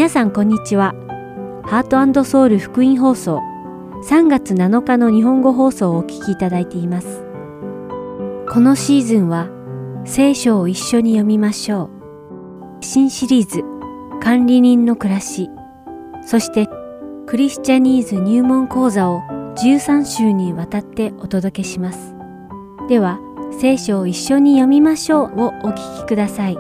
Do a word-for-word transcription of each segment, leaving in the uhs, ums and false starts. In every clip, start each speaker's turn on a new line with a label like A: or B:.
A: 皆さんこんにちは。ハート&ソウル福音放送さんがつなのかの日本語放送をお聞きいただいています。このシーズンは聖書を一緒に読みましょう。新シリーズ管理人の暮らし、そしてクリスチャニーズ入門講座をじゅうさんしゅうにわたってお届けします。では、聖書を一緒に読みましょうをお聞きください。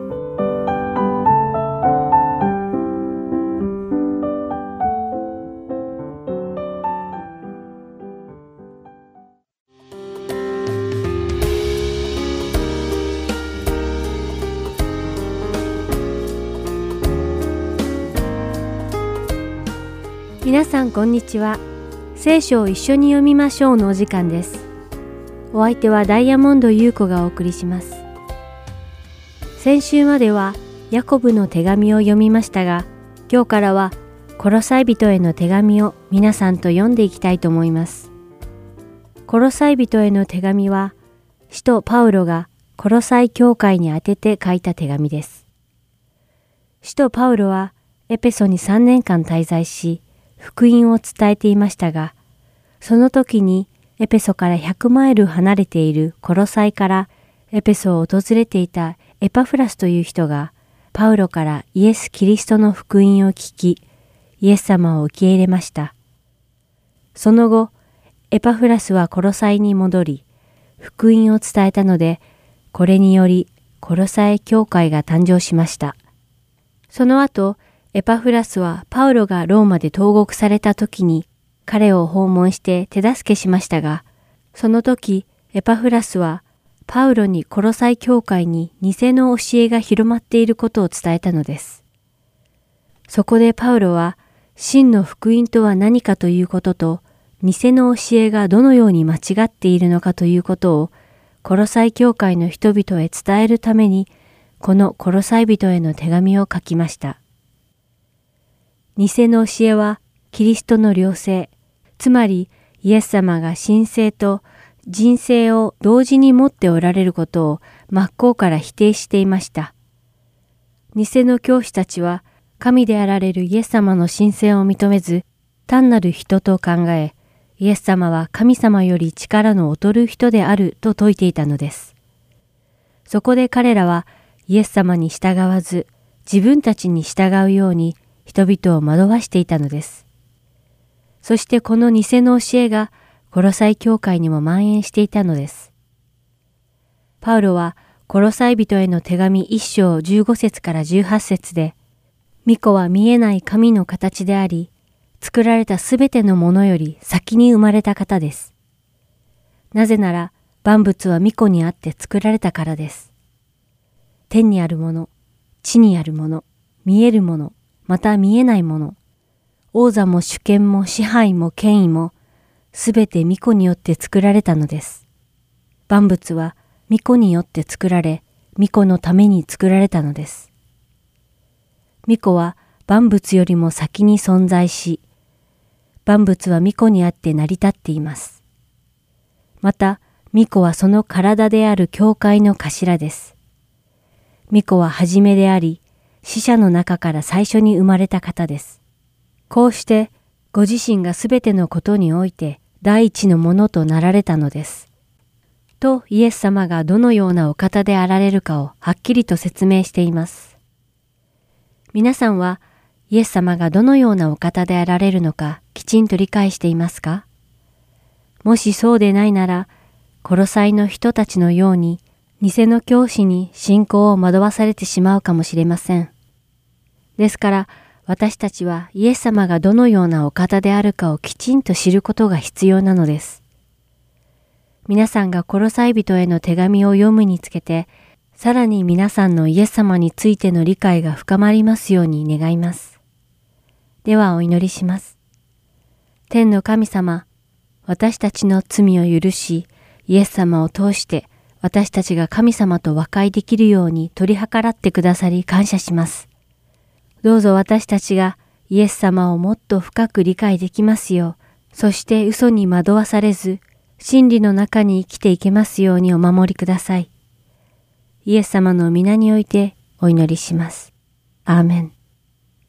A: 皆さんこんにちは。聖書を一緒に読みましょうのお時間です。お相手はダイヤモンド優子がお送りします。先週まではヤコブの手紙を読みましたが、今日からはコロサイ人への手紙を皆さんと読んでいきたいと思います。コロサイ人への手紙は、使徒パウロがコロサイ教会に宛てて書いた手紙です。使徒パウロはエペソにさんねんかん滞在し、福音を伝えていましたが、その時にエペソからひゃくマイル離れているコロサイからエペソを訪れていたエパフラスという人がパウロからイエス・キリストの福音を聞き、イエス様を受け入れました。その後、エパフラスはコロサイに戻り、福音を伝えたので、これによりコロサイ教会が誕生しました。その後、エパフラスはパウロがローマで投獄された時に彼を訪問して手助けしましたが、その時エパフラスはパウロにコロサイ教会に偽の教えが広まっていることを伝えたのです。そこでパウロは真の福音とは何かということと、偽の教えがどのように間違っているのかということをコロサイ教会の人々へ伝えるために、このコロサイ人への手紙を書きました。偽の教えはキリストの良性、つまりイエス様が神性と人性を同時に持っておられることを真っ向から否定していました。偽の教師たちは神であられるイエス様の神性を認めず、単なる人と考え、イエス様は神様より力の劣る人であると説いていたのです。そこで彼らはイエス様に従わず、自分たちに従うように人々を惑わしていたのです。そしてこの偽の教えがコロサイ教会にも蔓延していたのです。パウロはコロサイ人への手紙いっしょうじゅうごせつからじゅうはっせつで、御子は見えない神の形であり、作られたすべてのものより先に生まれた方です。なぜなら万物は御子にあって作られたからです。天にあるもの、地にあるもの、見えるもの、また見えないもの、王座も主権も支配も権威も、すべて御子によって作られたのです。万物は御子によって作られ、御子のために作られたのです。御子は万物よりも先に存在し、万物は御子にあって成り立っています。また、御子はその体である教会の頭です。御子は初めであり、死者の中から最初に生まれた方です。こうして、ご自身がすべてのことにおいて第一のものとなられたのです。と、イエス様がどのようなお方であられるかをはっきりと説明しています。皆さんは、イエス様がどのようなお方であられるのかきちんと理解していますか？もしそうでないなら、コロサイの人たちのように、偽の教師に信仰を惑わされてしまうかもしれません。ですから、私たちはイエス様がどのようなお方であるかをきちんと知ることが必要なのです。皆さんがコロサイ人への手紙を読むにつけて、さらに皆さんのイエス様についての理解が深まりますように願います。ではお祈りします。天の神様、私たちの罪を許し、イエス様を通して、私たちが神様と和解できるように取り計らってくださり感謝します。どうぞ私たちがイエス様をもっと深く理解できますよう、そして嘘に惑わされず、真理の中に生きていけますようにお守りください。イエス様の皆においてお祈りします。アーメン。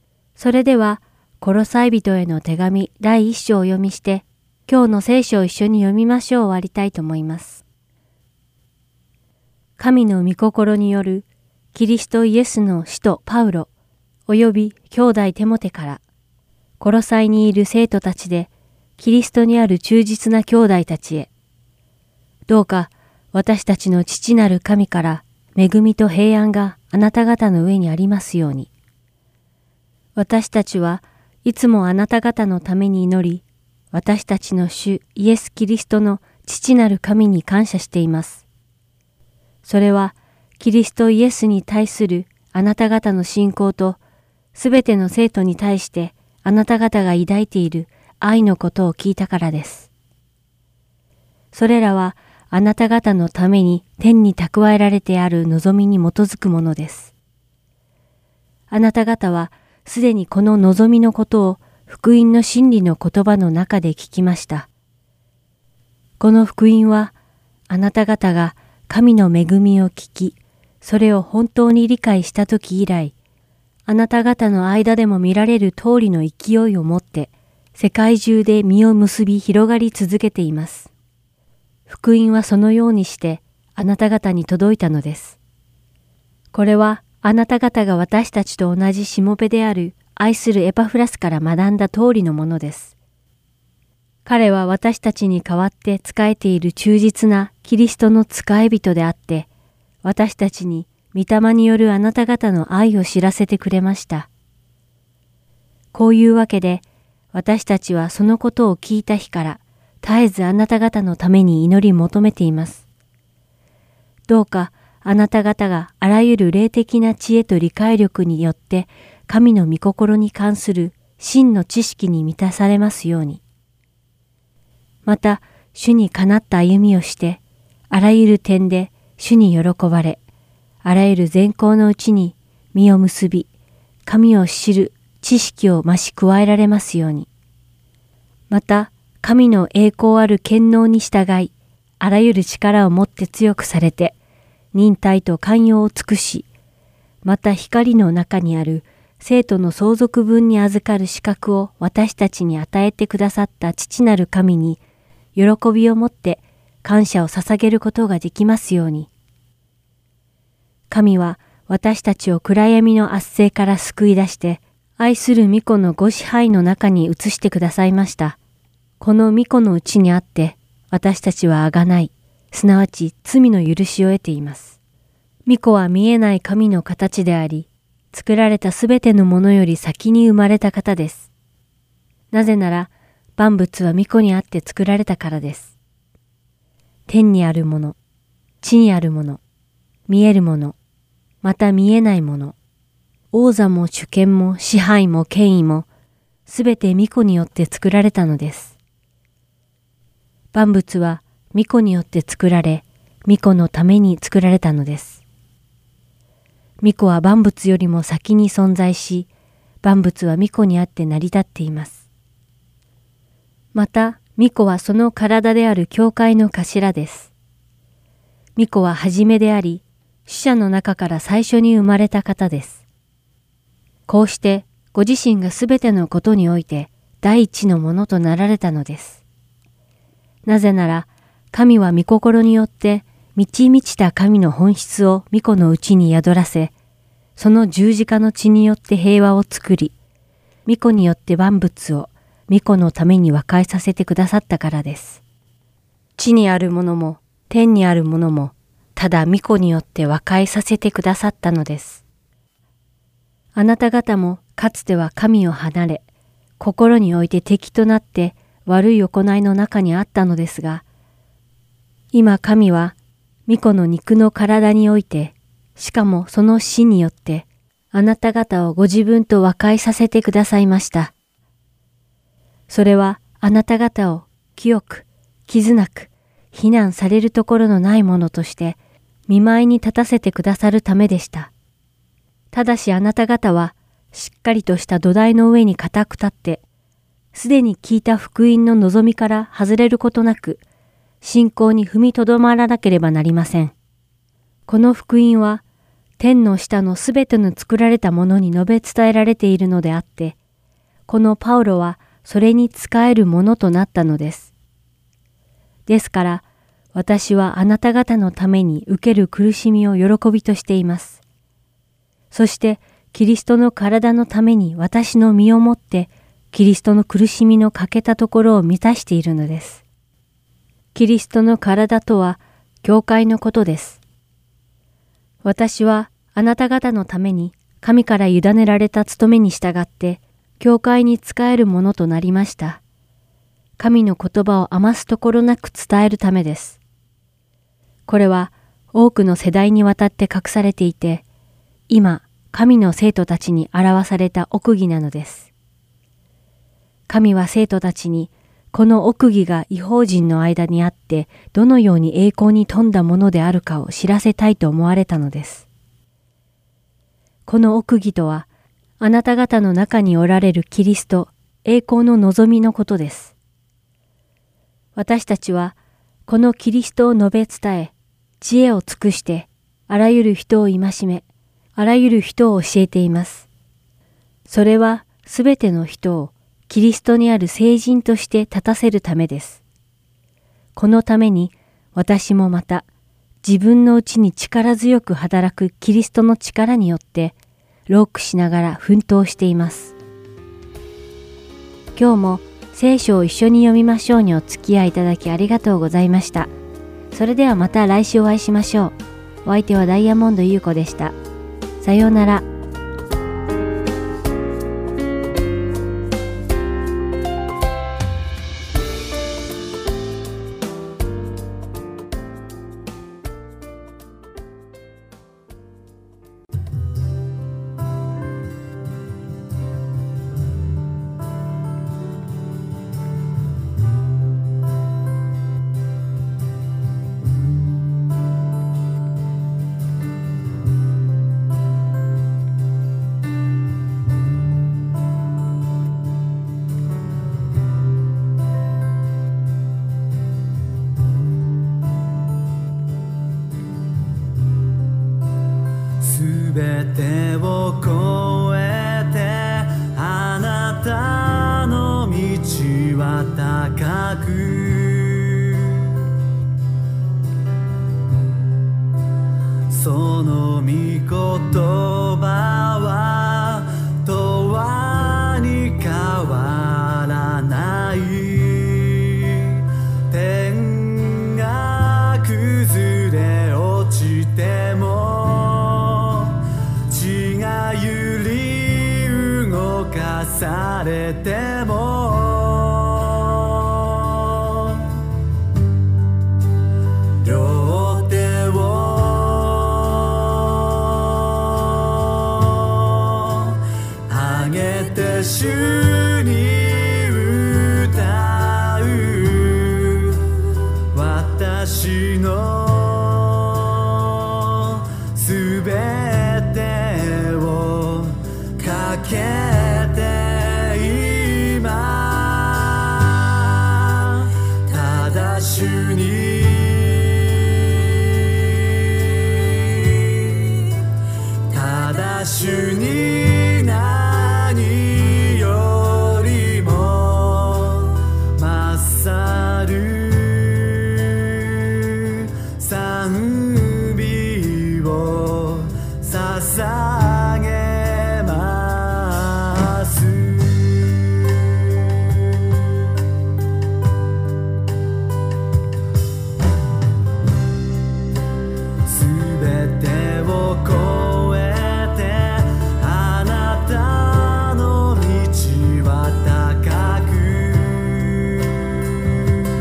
A: それでは、コロサイ人への手紙だいいっ章をお読みして、今日の聖書を一緒に読みましょう終わりたいと思います。神の御心によるキリストイエスの使徒パウロ、および兄弟テモテから、コロサイにいる生徒たちで、キリストにある忠実な兄弟たちへ、どうか私たちの父なる神から恵みと平安があなた方の上にありますように。私たちはいつもあなた方のために祈り、私たちの主イエス・キリストの父なる神に感謝しています。それはキリストイエスに対するあなた方の信仰と、すべての生徒に対してあなた方が抱いている愛のことを聞いたからです。それらはあなた方のために天に蓄えられてある望みに基づくものです。あなた方はすでにこの望みのことを福音の真理の言葉の中で聞きました。この福音はあなた方が神の恵みを聞き、それを本当に理解したとき以来、あなた方の間でも見られる通りの勢いを持って、世界中で実を結び広がり続けています。福音はそのようにしてあなた方に届いたのです。これはあなた方が私たちと同じしもべである愛するエパフラスから学んだ通りのものです。彼は私たちに代わって仕えている忠実なキリストの仕え人であって、私たちに御霊によるあなた方の愛を知らせてくれました。こういうわけで、私たちはそのことを聞いた日から絶えずあなた方のために祈り求めています。どうかあなた方があらゆる霊的な知恵と理解力によって神の御心に関する真の知識に満たされますように。また、主にかなった歩みをして、あらゆる点で主に喜ばれ、あらゆる善行のうちに実を結び、神を知る知識を増し加えられますように。また、神の栄光ある権能に従い、あらゆる力をもって強くされて、忍耐と寛容を尽くし、また光の中にある生徒の相続分に預かる資格を私たちに与えてくださった父なる神に、喜びをもって感謝を捧げることができますように。神は私たちを暗闇の圧政から救い出して、愛する御子のご支配の中に移してくださいました。この御子のうちにあって、私たちはあがない、すなわち罪の許しを得ています。御子は見えない神の形であり、作られたすべてのものより先に生まれた方です。なぜなら、万物は御子にあって作られたからです。天にあるもの、地にあるもの、見えるもの、また見えないもの、王座も主権も支配も権威も、すべて御子によって作られたのです。万物は御子によって作られ、御子のために作られたのです。御子は万物よりも先に存在し、万物は御子にあって成り立っています。また、御子はその体である教会の頭です。御子は初めであり、死者の中から最初に生まれた方です。こうして、ご自身がすべてのことにおいて第一のものとなられたのです。なぜなら、神は御心によって満ち満ちた神の本質を御子のうちに宿らせ、その十字架の血によって平和を作り、御子によって万物を御子のために和解させてくださったからです。地にあるものも天にあるものも、ただ御子によって和解させてくださったのです。あなた方もかつては神を離れ、心において敵となって悪い行いの中にあったのですが、今神は御子の肉の体において、しかもその死によって、あなた方をご自分と和解させてくださいました。それはあなた方を清く、傷なく、非難されるところのないものとして、見舞いに立たせてくださるためでした。ただしあなた方は、しっかりとした土台の上に固く立って、すでに聞いた福音の望みから外れることなく、信仰に踏みとどまらなければなりません。この福音は、 天の下のすべての作られたものに述べ伝えられているのであって、このパウロはそれに仕えるものとなったのです。ですから、私はあなた方のために受ける苦しみを喜びとしています。そして、キリストの体のために私の身をもって、キリストの苦しみの欠けたところを満たしているのです。キリストの体とは、教会のことです。私はあなた方のために神から委ねられた務めに従って、教会に仕えるものとなりました。神の言葉を余すところなく伝えるためです。これは多くの世代にわたって隠されていて、今、神の生徒たちに表された奥義なのです。神は生徒たちに、この奥義が異邦人の間にあって、どのように栄光に富んだものであるかを知らせたいと思われたのです。この奥義とは、あなた方の中におられるキリスト、栄光の望みのことです。私たちは、このキリストを述べ伝え、知恵を尽くして、あらゆる人を戒め、あらゆる人を教えています。それはすべての人をキリストにある聖人として立たせるためです。このために私もまた自分のうちに力強く働くキリストの力によって労苦しながら奮闘しています。今日も聖書を一緒に読みましょうにお付き合いいただきありがとうございました。それではまた来週お会いしましょう。お相手はダイヤモンド優子でした。さようなら。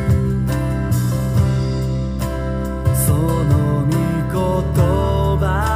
B: その御言葉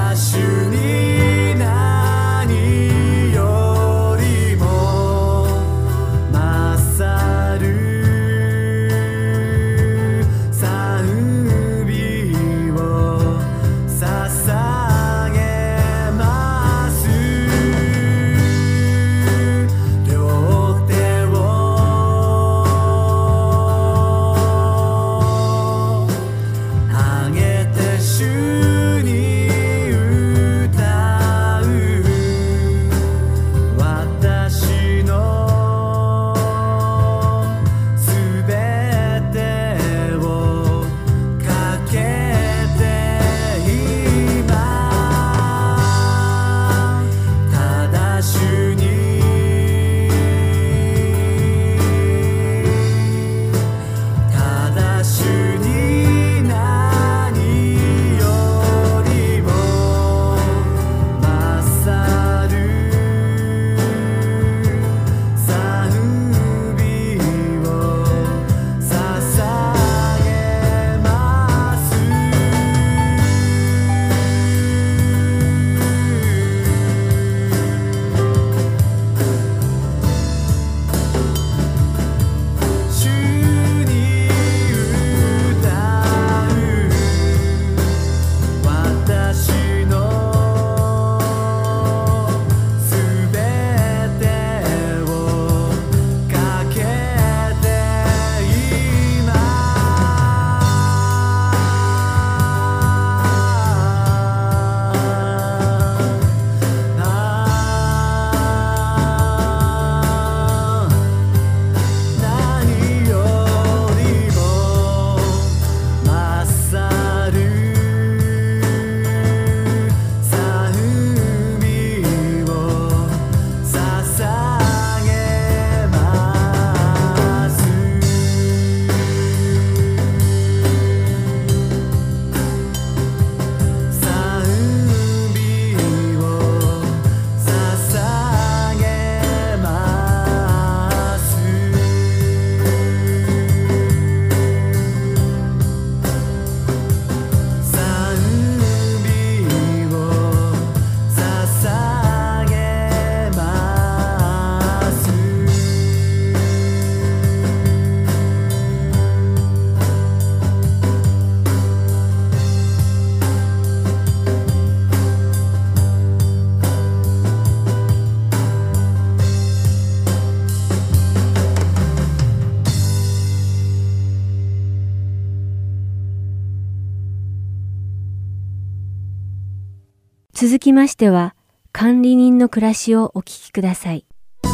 A: 続きましては、管理人の暮らしをお聞きください。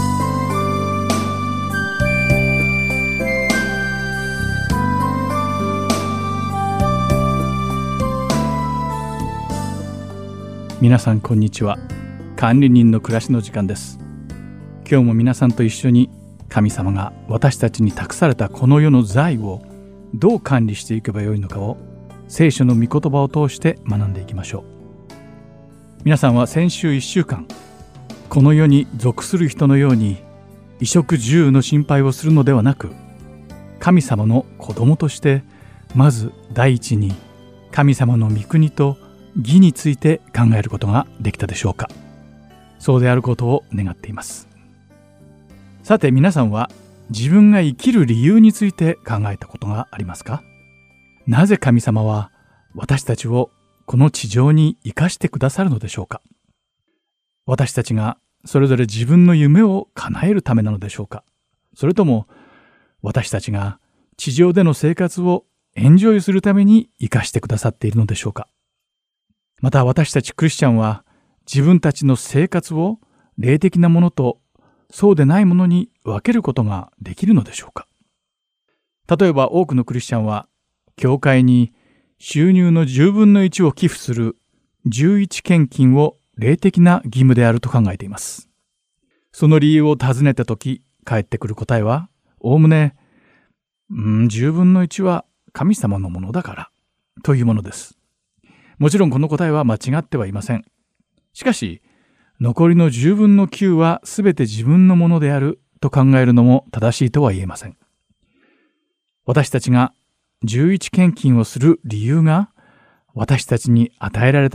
B: 皆さんこんにちは。管理人の暮らしの時間です。今日も皆さんと一緒に神様が私たちに託されたこの世の財をどう管理していけばよいのかを聖書の御言葉を通して学んでいきましょう。皆さんは先週いっしゅうかん、この世に属する人のように衣食住の心配をするのではなく、神様の子供としてまず第一に神様の御国と義について考えることができたでしょうか。そうであることを願っています。さて皆さんは自分が生きる理由について考えたことがありますか？なぜ神様は私たちをこの地上に生かしてくださるのでしょうか？私たちがそれぞれ自分の夢を叶えるためなのでしょうか？それとも私たちが地上での生活をエンジョイするために生かしてくださっているのでしょうか？また私たちクリスチャンは自分たちの生活を霊的なものとそうでないものに分けることができるのでしょうか？例えば多くのクリスチャンは教会に収入のじゅうぶんのいちを寄付する十一献金を霊的な義務であると考えています。その理由を尋ねたとき返ってくる答えはおおむねうん、じゅうぶんのいちは神様のものだからというものです。もちろんこの答えは間違ってはいません。しかし残りのじゅうぶんのきゅうはすべて自分のものであると考えるのも正しいとは言えません。私たちが十一献金をする理由が私たちに与えられた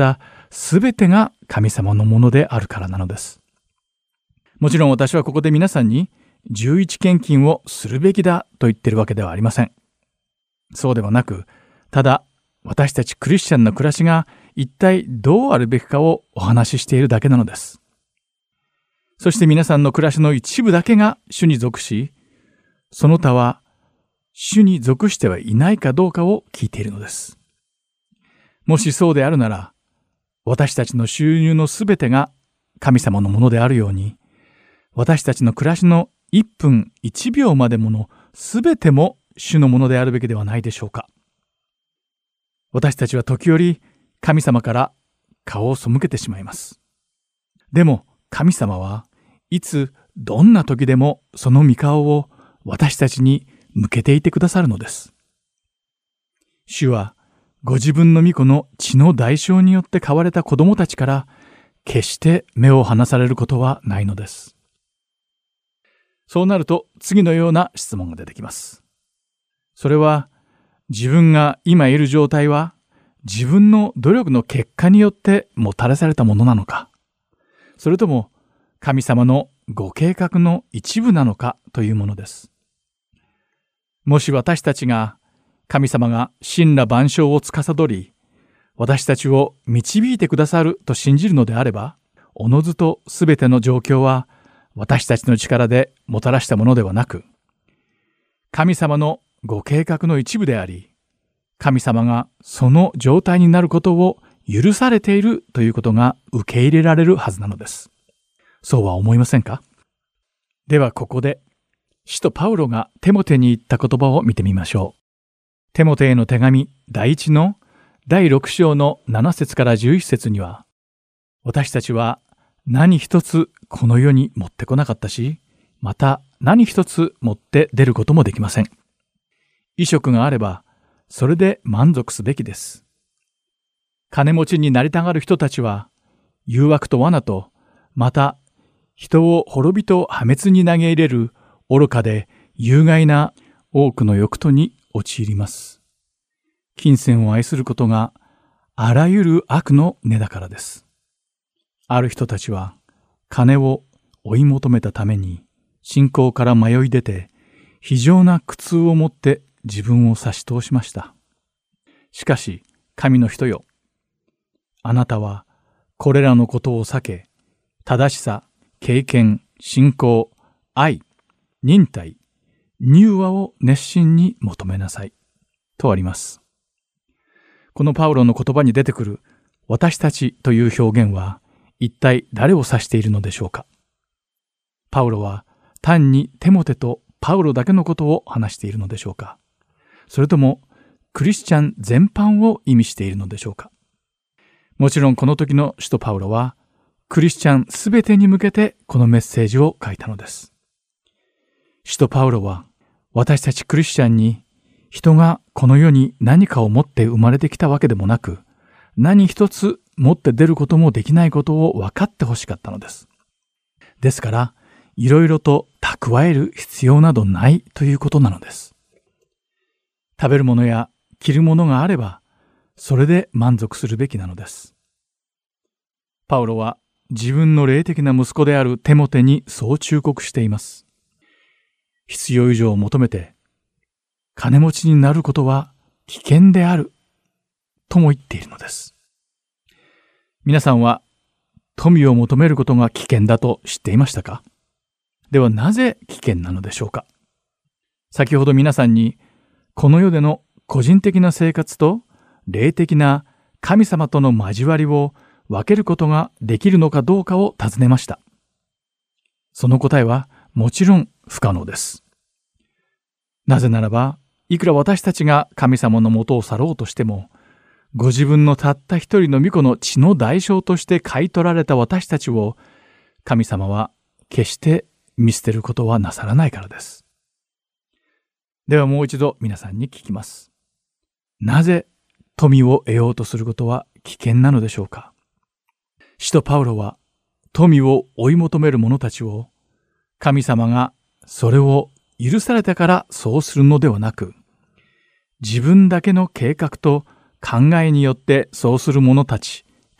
B: すべてが神様のものであるからなのです。もちろん私はここで皆さんに十一献金をするべきだと言っているわけではありません。そうではなく、ただ私たちクリスチャンの暮らしが一体どうあるべきかをお話ししているだけなのです。そして皆さんの暮らしの一部だけが主に属し、その他は主に属してはいないかどうかを聞いているのです。もしそうであるなら、私たちの収入のすべてが神様のものであるように、私たちの暮らしの一分一秒までものすべても主のものであるべきではないでしょうか。私たちは時折神様から顔を背けてしまいます。でも神様はいつどんな時でもその御顔を私たちに向けていてくださるのです。主はご自分の御子の血の代償によって飼われた子供たちから決して目を離されることはないのです。そうなると次のような質問が出てきます。それは自分が今いる状態は自分の努力の結果によってもたらされたものなのか、それとも神様のご計画の一部なのかというものです。もし私たちが神様が神羅万象を司り、私たちを導いてくださると信じるのであれば、おのずとすべての状況は私たちの力でもたらしたものではなく、神様のご計画の一部であり、神様がその状態になることを許されているということが受け入れられるはずなのです。そうは思いませんか？ではここで、使徒パウロがテモテに言った言葉を見てみましょう。テモテへの手紙第一の第六章の七節から十一節には、私たちは何一つこの世に持ってこなかったし、また何一つ持って出ることもできません。衣食があれば、それで満足すべきです。金持ちになりたがる人たちは、誘惑と罠と、また人を滅びと破滅に投げ入れる愚かで有害な多くの欲とに陥ります。金銭を愛することがあらゆる悪の根だからです。ある人たちは金を追い求めたために信仰から迷い出て非常な苦痛をもって自分を差し通しました。しかし神の人よ、あなたはこれらのことを避け、正しさ、経験、信仰、愛、忍耐、柔和を熱心に求めなさい。とあります。このパウロの言葉に出てくる私たちという表現は一体誰を指しているのでしょうか。パウロは単にテモテとパウロだけのことを話しているのでしょうか。それともクリスチャン全般を意味しているのでしょうか。もちろんこの時の使徒パウロはクリスチャンすべてに向けてこのメッセージを書いたのです。使徒パウロは私たちクリスチャンに人がこの世に何かを持って生まれてきたわけでもなく、何一つ持って出ることもできないことを分かってほしかったのです。ですから、いろいろと蓄える必要などないということなのです。食べるものや着るものがあれば、それで満足するべきなのです。パウロは自分の霊的な息子であるテモテにそう忠告しています。必要以上を求めて金持ちになることは危険であるとも言っているのです。皆さんは富を求めることが危険だと知っていましたか？ではなぜ危険なのでしょうか？先ほど皆さんにこの世での個人的な生活と霊的な神様との交わりを分けることができるのかどうかを尋ねました。その答えはもちろん不可能です。なぜならば、いくら私たちが神様のもとを去ろうとしても、ご自分のたった一人の御子の血の代償として買い取られた私たちを、神様は決して見捨てることはなさらないからです。ではもう一度皆さんに聞きます。なぜ富を得ようとすることは危険なのでしょうか？使徒パウロは富を追い求める者たちを、神様がそれを許されたからそうするのではなく、自分だけの計画と考えによってそうする者たち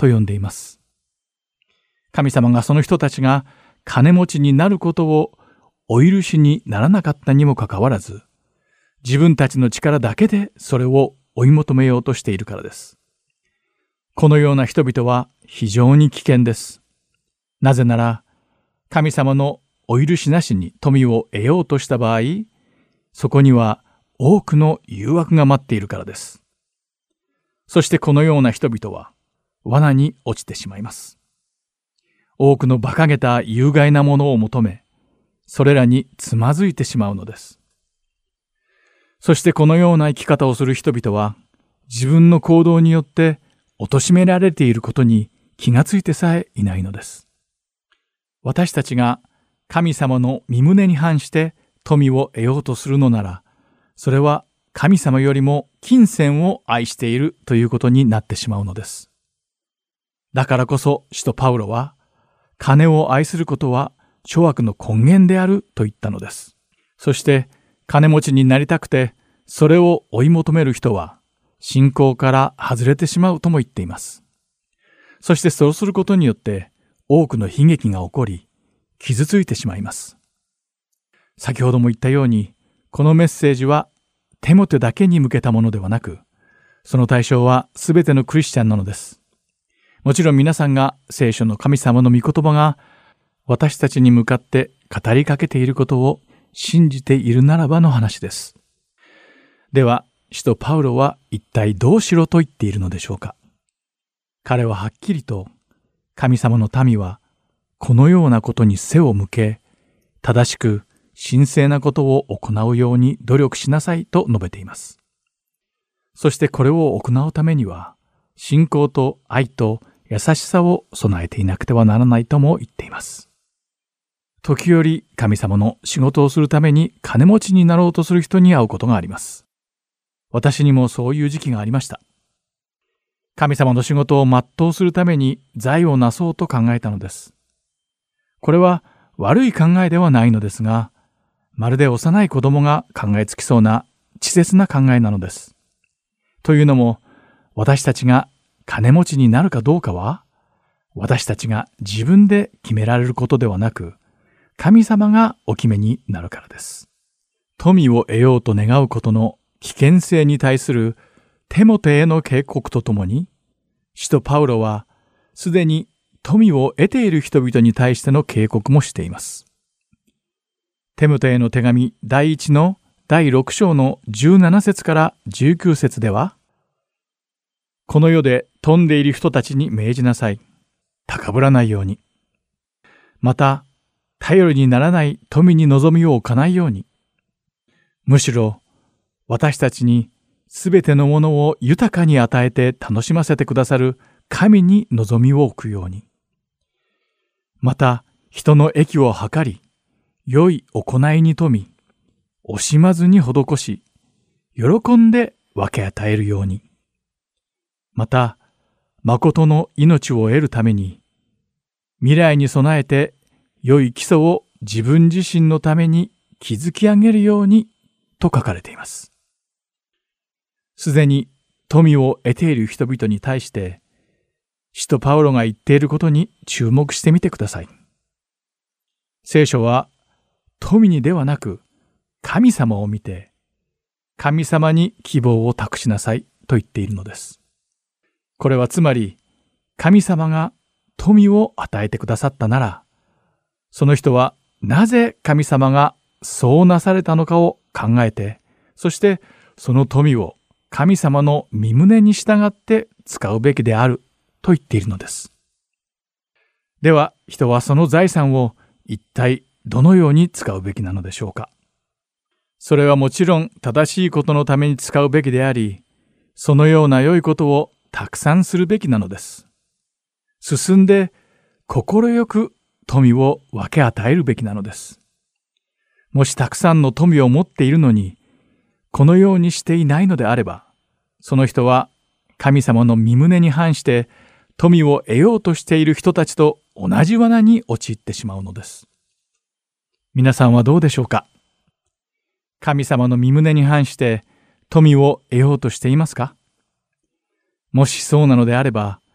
B: と呼んでいます。神様がその人たちが金持ちになることをお許しにならなかったにもかかわらず、自分たちの力だけでそれを追い求めようとしているからです。このような人々は非常に危険です。なぜなら、神様のお許しなしに富を得ようとした場合、そこには多くの誘惑が待っているからです。そしてこのような人々は罠に落ちてしまいます。多くの馬鹿げた有害なものを求め、それらにつまずいてしまうのです。そしてこのような生き方をする人々は、自分の行動によって貶められていることに気がついてさえいないのです。私たちが神様の御胸に反して富を得ようとするのなら、それは神様よりも金銭を愛しているということになってしまうのです。だからこそ使徒パウロは、金を愛することは諸悪の根源であると言ったのです。そして金持ちになりたくてそれを追い求める人は信仰から外れてしまうとも言っています。そしてそうすることによって多くの悲劇が起こり傷ついてしまいます。先ほども言ったように、このメッセージはテモテだけに向けたものではなく、その対象はすべてのクリスチャンなのです。もちろん皆さんが聖書の神様の御言葉が私たちに向かって語りかけていることを信じているならばの話です。では、使徒パウロは一体どうしろと言っているのでしょうか。彼ははっきりと、神様の民はこのようなことに背を向け、正しく神聖なことを行うように努力しなさいと述べています。そしてこれを行うためには、信仰と愛と優しさを備えていなくてはならないとも言っています。時折神様の仕事をするために金持ちになろうとする人に会うことがあります。私にもそういう時期がありました。神様の仕事を全うするために財をなそうと考えたのです。これは悪い考えではないのですが、まるで幼い子供が考えつきそうな稚拙な考えなのです。というのも、私たちが金持ちになるかどうかは、私たちが自分で決められることではなく、神様がお決めになるからです。富を得ようと願うことの危険性に対するテモテへの警告とともに、使徒パウロはすでに富を得ている人々に対しての警告もしています。テモテへの手紙第一の第六章のじゅうなな節からじゅうきゅう節では、この世で富んでいる人たちに命じなさい。高ぶらないように。また、頼りにならない富に望みを置かないように。むしろ、私たちにすべてのものを豊かに与えて楽しませてくださる神に望みを置くように。また、人の益を図り、良い行いに富み、惜しまずに施し、喜んで分け与えるように。また、誠の命を得るために、未来に備えて良い基礎を自分自身のために築き上げるようにと書かれています。すでに富を得ている人々に対して、使徒パウロが言っていることに注目してみてください。聖書は富にではなく神様を見て、神様に希望を託しなさいと言っているのです。これはつまり、神様が富を与えてくださったなら、その人はなぜ神様がそうなされたのかを考えて、そしてその富を神様の御胸に従って使うべきであると言っているのです。では、人はその財産を一体どのように使うべきなのでしょうか。それはもちろん正しいことのために使うべきであり、そのような良いことをたくさんするべきなのです。進んで快く富を分け与えるべきなのです。もしたくさんの富を持っているのに、このようにしていないのであれば、その人は神様の御胸に反して富を得ようとしている人たちと同じ罠に陥ってしまうのです。皆さんはどうでしょうか。神様の御胸に反して富を得ようとしていますか。もしそうなのであれば、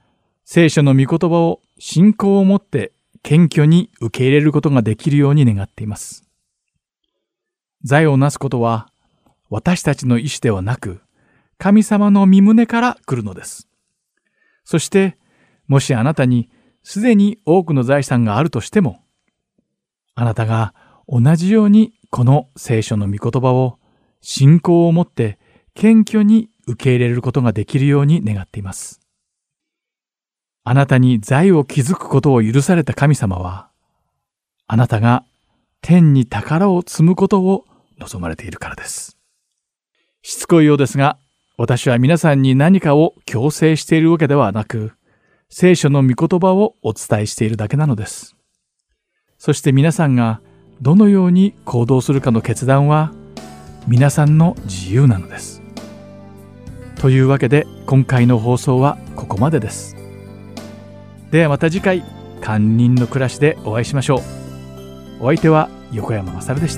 B: 聖書の御言葉を信仰を持って謙虚に受け入れることができるように願っています。財をなすことは私たちの意思ではなく、神様の御胸から来るのです。そして、もしあなたにすでに多くの財産があるとしても、あなたが同じようにこの聖書の御言葉を信仰を持って謙虚に受け入れることができるように願っています。あなたに財を築くことを許された神様は、あなたが天に宝を積むことを望まれているからです。しつこいようですが、私は皆さんに何かを強制しているわけではなく、聖書の御言葉をお伝えしているだけなのです。そして皆さんがどのように行動するかの決断は皆さんの自由なのです。というわけで今回の放送はここまでです。ではまた次回、堪忍の暮らしでお会いしましょう。お相手は横山まさるでした。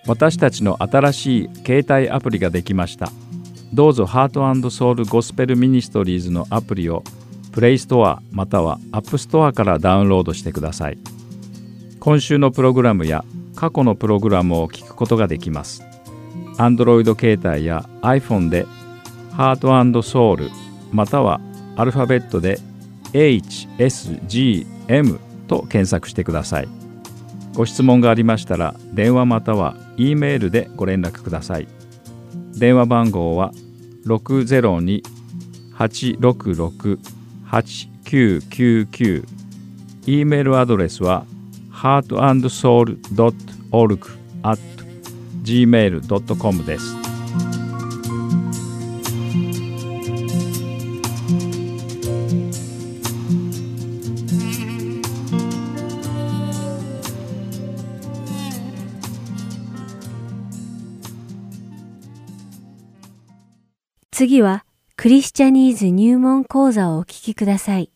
C: 私たちの新しい携帯アプリができました。どうぞハート&ソウルゴスペルミニストリーズのアプリをプレイストアまたはアップストアからダウンロードしてください。今週のプログラムや過去のプログラムを聞くことができます。Android 携帯や iPhone でハート&ソウルまたはアルファベットで エイチエスジーエム と検索してください。ご質問がありましたら電話または E メールでご連絡ください。電話番号は ろくゼロに はちろくろく はちきゅうきゅうきゅう E メールアドレスは ハートアンドソウルドットオルグ アット ジーメールドットコム です。
A: 次はクリスチャニーズ入門講座をお聞きください。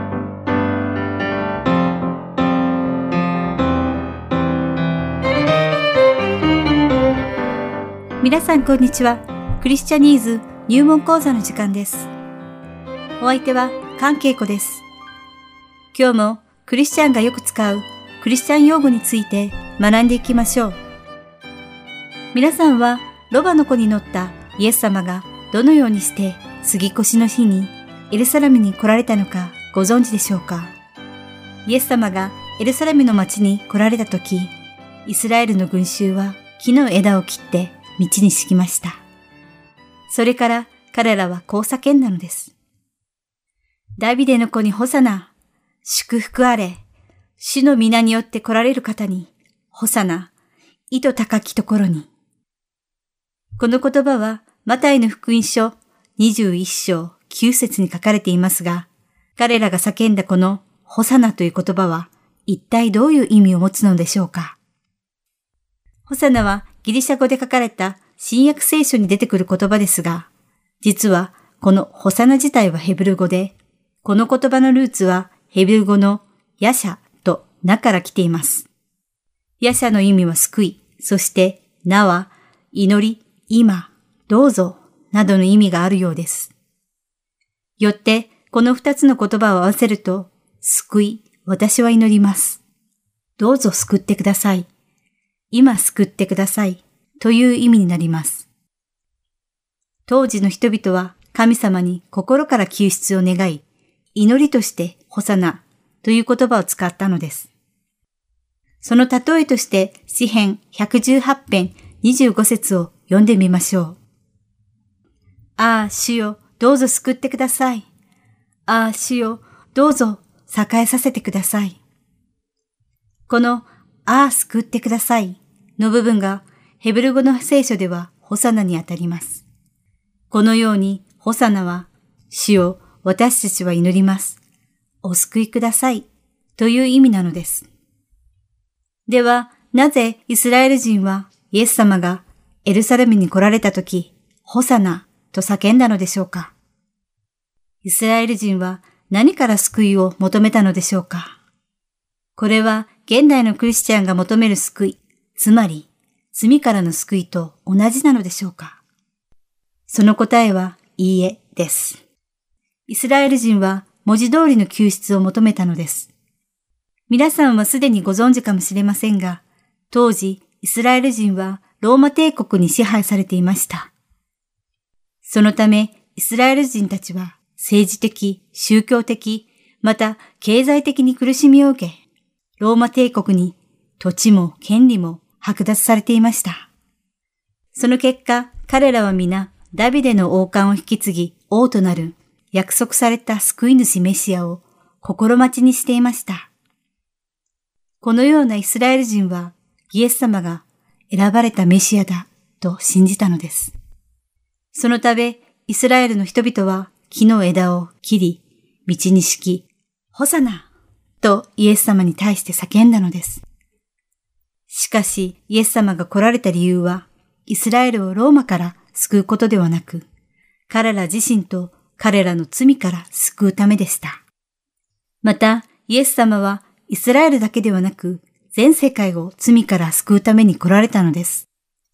D: 皆さんこんにちは。クリスチャニーズ入門講座の時間です。お相手は関恵子です。今日もクリスチャンがよく使うクリスチャン用語について学んでいきましょう。皆さんはロバの子に乗ったイエス様がどのようにして杉越の日にエルサレムに来られたのかご存知でしょうか。イエス様がエルサレムの町に来られたとき、イスラエルの群衆は木の枝を切って道に敷きました。それから彼らはこう叫んだのです。ダビデの子にホサナ、祝福あれ、主の皆によって来られる方に、ホサナ、意図高きところに。この言葉はマタイの福音書にじゅういっ章きゅう節に書かれていますが、彼らが叫んだこのホサナという言葉は一体どういう意味を持つのでしょうか。ホサナはギリシャ語で書かれた新約聖書に出てくる言葉ですが、実はこのホサナ自体はヘブル語で、この言葉のルーツはヘブル語のヤシャとナから来ています。ヤシャの意味は救い、そしてナは祈り、今、どうぞなどの意味があるようです。よってこの二つの言葉を合わせると、救い、私は祈ります。どうぞ救ってください。今救ってください。という意味になります。当時の人々は神様に心から救出を願い、祈りとしてホサナという言葉を使ったのです。その例えとして詩編ひゃくじゅうはち編にじゅうご節を読んでみましょう。ああ、主よ、どうぞ救ってください。ああ、主よ、どうぞ栄えさせてください。この、ああ、救ってくださいの部分がヘブル語の聖書ではホサナにあたります。このようにホサナは、主よ、私たちは祈ります。お救いくださいという意味なのです。では、なぜイスラエル人はイエス様がエルサレムに来られたとき、ホサナと叫んだのでしょうか。イスラエル人は何から救いを求めたのでしょうか。これは現代のクリスチャンが求める救い、つまり罪からの救いと同じなのでしょうか。その答えはいいえです。イスラエル人は文字通りの救出を求めたのです。皆さんはすでにご存知かもしれませんが、当時イスラエル人はローマ帝国に支配されていました。そのためイスラエル人たちは政治的、宗教的、また経済的に苦しみを受け、ローマ帝国に土地も権利も剥奪されていました。その結果、彼らは皆ダビデの王冠を引き継ぎ王となる約束された救い主メシアを心待ちにしていました。このようなイスラエル人はイエス様が選ばれたメシアだと信じたのです。そのためイスラエルの人々は木の枝を切り、道に敷き、ホサナとイエス様に対して叫んだのです。しかしイエス様が来られた理由は、イスラエルをローマから救うことではなく、彼ら自身と彼らの罪から救うためでした。また、イエス様はイスラエルだけではなく、全世界を罪から救うために来られたのです。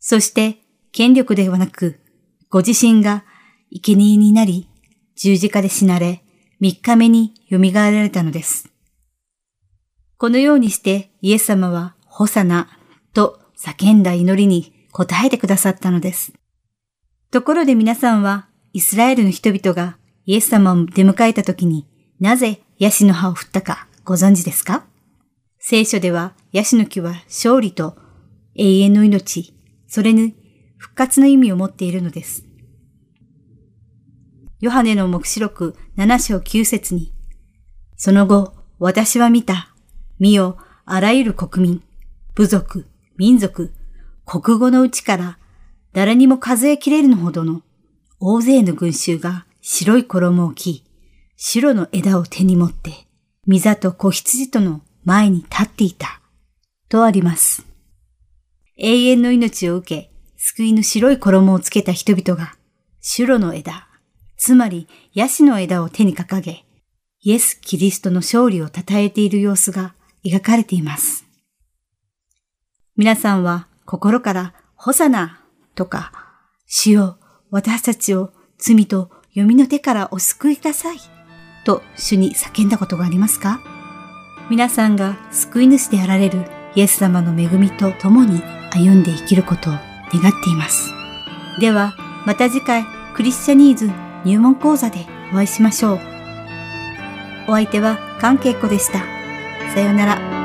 D: そして権力ではなく、ご自身が生贄になり、十字架で死なれ、三日目に蘇られたのです。このようにしてイエス様はホサナと叫んだ祈りに応えてくださったのです。ところで皆さんはイスラエルの人々がイエス様を出迎えたときになぜヤシの葉を振ったかご存知ですか？聖書ではヤシの木は勝利と永遠の命、それに復活の意味を持っているのです。ヨハネの黙示録なな章きゅう節に、その後私は見た。見よ、あらゆる国民、部族、民族、国語のうちから誰にも数えきれるのほどの大勢の群衆が白い衣を着、白の枝を手に持って、御座と子羊との前に立っていた。とあります。永遠の命を受け、救いの白い衣をつけた人々が、白の枝、つまりヤシの枝を手に掲げ、イエス・キリストの勝利を称えている様子が描かれています。皆さんは心からホサナとか、主よ、私たちを罪と黄泉の手からお救いくださいと主に叫んだことがありますか？皆さんが救い主であられるイエス様の恵みと共に歩んで生きることを願っています。ではまた次回クリスチャニーズ入門講座でお会いしましょう。お相手は関恵子でした。さようなら。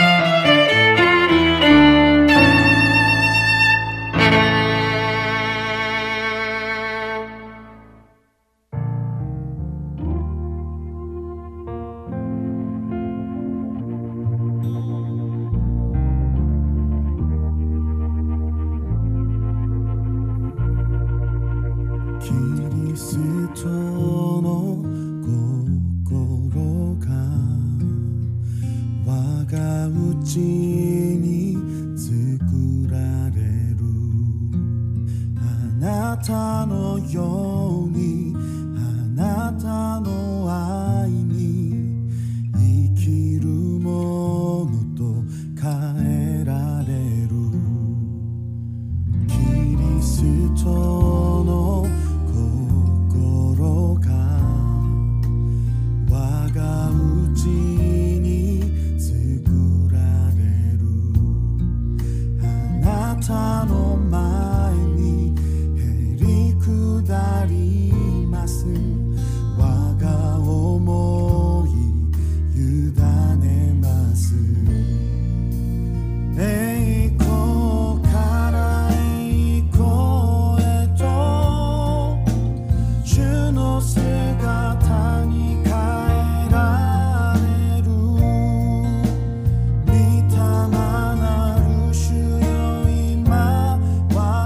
E: キリストの心が我が内に作られる。あなたのようにあなたの愛に生きるものと変えられる。キリストの心が我が内に作られる。あなたの前にへり下ります。我が想い委ねます。栄光から栄光へと主の姿に変えられる。御霊なる主よ、今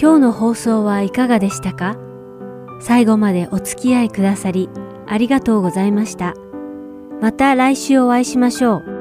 A: 今日の放送はいかがでしたか？最後までお付き合いくださりありがとうございました。また来週お会いしましょう。